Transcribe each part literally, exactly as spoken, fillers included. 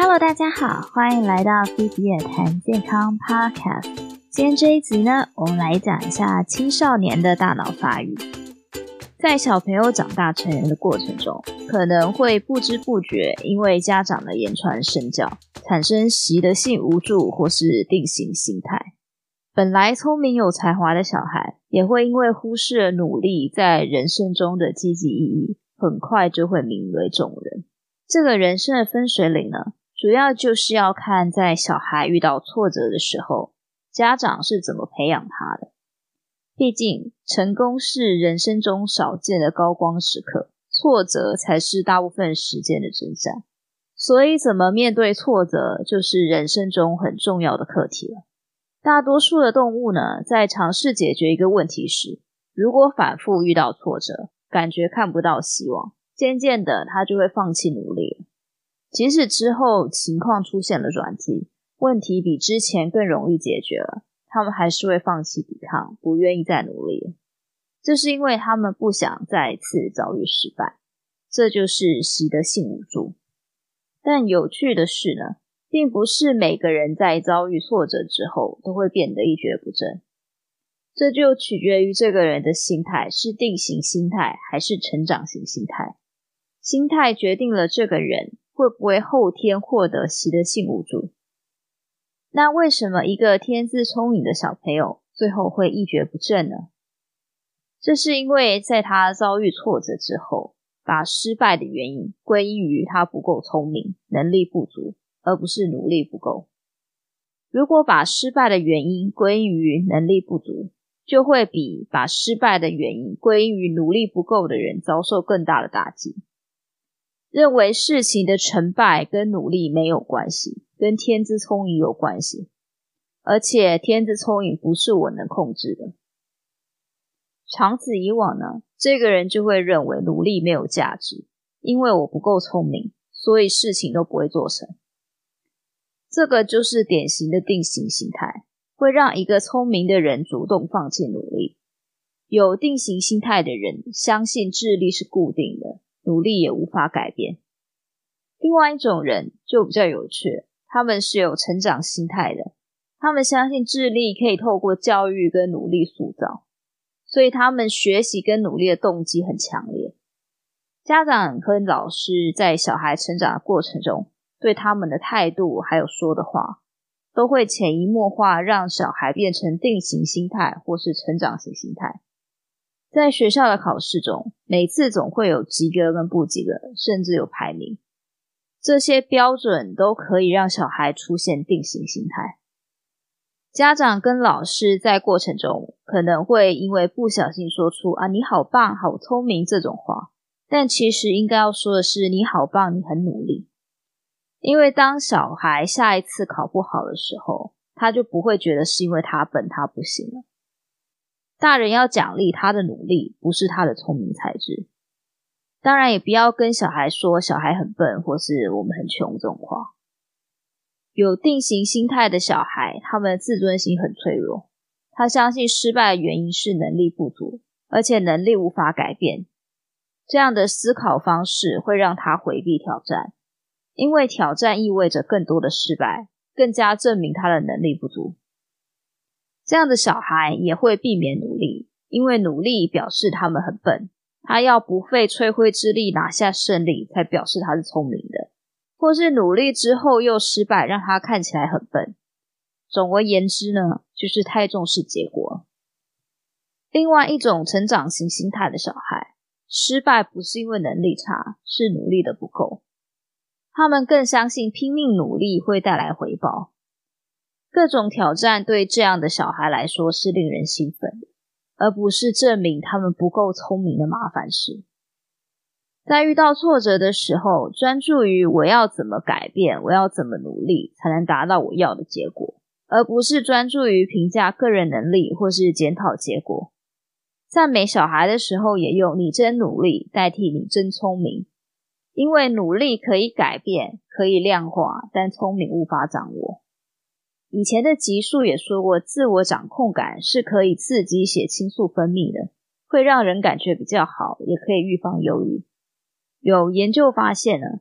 Hello， 大家好，欢迎来到菲比尔谈健康 Podcast。今天这一集呢，我们来讲一下青少年的大脑发育。在小朋友长大成人的过程中，可能会不知不觉因为家长的言传身教，产生习得性无助或是定型心态。本来聪明有才华的小孩，也会因为忽视了努力在人生中的积极意义，很快就会名为重人。这个人生的分水岭呢，主要就是要看在小孩遇到挫折的时候，家长是怎么培养他的。毕竟成功是人生中少见的高光时刻，挫折才是大部分时间的真相。所以怎么面对挫折，就是人生中很重要的课题了。大多数的动物呢，在尝试解决一个问题时，如果反复遇到挫折，感觉看不到希望，渐渐的它就会放弃努力了。即使之后情况出现了转机，问题比之前更容易解决了，他们还是会放弃抵抗，不愿意再努力了。这是因为他们不想再次遭遇失败，这就是习得性无助。但有趣的是呢，并不是每个人在遭遇挫折之后都会变得一蹶不振，这就取决于这个人的心态是定型心态还是成长型心态。心态决定了这个人会不会后天获得习得性无助。那为什么一个天资聪颖的小朋友最后会一蹶不振呢？这是因为在他遭遇挫折之后，把失败的原因归因于他不够聪明，能力不足，而不是努力不够。如果把失败的原因归因于能力不足，就会比把失败的原因归因于努力不够的人遭受更大的打击。认为事情的成败跟努力没有关系，跟天资聪颖有关系，而且天资聪颖不是我能控制的。长此以往呢，这个人就会认为努力没有价值，因为我不够聪明，所以事情都不会做成。这个就是典型的定型心态，会让一个聪明的人主动放弃努力。有定型心态的人相信智力是固定的，努力也无法改变。另外一种人就比较有趣，他们是有成长心态的，他们相信智力可以透过教育跟努力塑造，所以他们学习跟努力的动机很强烈。家长跟老师在小孩成长的过程中，对他们的态度还有说的话，都会潜移默化让小孩变成定型心态或是成长型心态。在学校的考试中，每次总会有及格跟不及格，甚至有排名。这些标准都可以让小孩出现定型心态。家长跟老师在过程中可能会因为不小心说出啊你好棒好聪明这种话，但其实应该要说的是你好棒你很努力。因为当小孩下一次考不好的时候，他就不会觉得是因为他笨他不行了。大人要奖励他的努力，不是他的聪明才智。当然也不要跟小孩说小孩很笨或是我们很穷这种话。有定型心态的小孩，他们的自尊心很脆弱，他相信失败的原因是能力不足，而且能力无法改变。这样的思考方式会让他回避挑战，因为挑战意味着更多的失败，更加证明他的能力不足。这样的小孩也会避免努力，因为努力表示他们很笨，他要不费吹灰之力拿下胜利，才表示他是聪明的，或是努力之后又失败，让他看起来很笨。总而言之呢，就是太重视结果。另外一种成长型心态的小孩，失败不是因为能力差，是努力的不够。他们更相信拼命努力会带来回报。各种挑战对这样的小孩来说是令人兴奋的，而不是证明他们不够聪明的麻烦事。在遇到挫折的时候，专注于我要怎么改变，我要怎么努力才能达到我要的结果，而不是专注于评价个人能力或是检讨结果。赞美小孩的时候也用你真努力代替你真聪明，因为努力可以改变，可以量化，但聪明无法掌握。以前的集数也说过，自我掌控感是可以刺激血清素分泌的，会让人感觉比较好，也可以预防忧郁。有研究发现呢，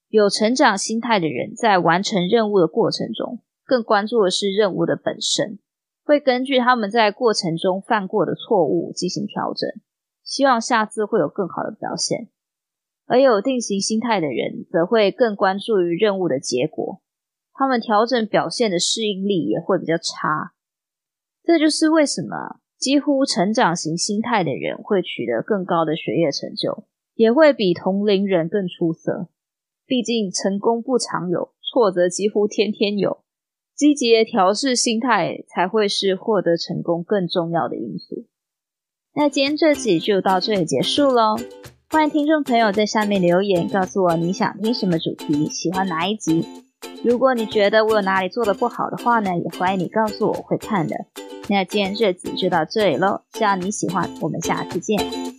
有成长心态的人在完成任务的过程中，更关注的是任务的本身，会根据他们在过程中犯过的错误进行调整，希望下次会有更好的表现。而有定型心态的人则会更关注于任务的结果，他们调整表现的适应力也会比较差。这就是为什么几乎成长型心态的人会取得更高的学业成就，也会比同龄人更出色。毕竟成功不常有，挫折几乎天天有，积极的调试心态才会是获得成功更重要的因素。那今天这集就到这里结束咯，欢迎听众朋友在下面留言告诉我你想听什么主题，喜欢哪一集。如果你觉得我有哪里做得不好的话呢，也欢迎你告诉我，我会看的。那今天这集就到这里咯，希望你喜欢，我们下次见。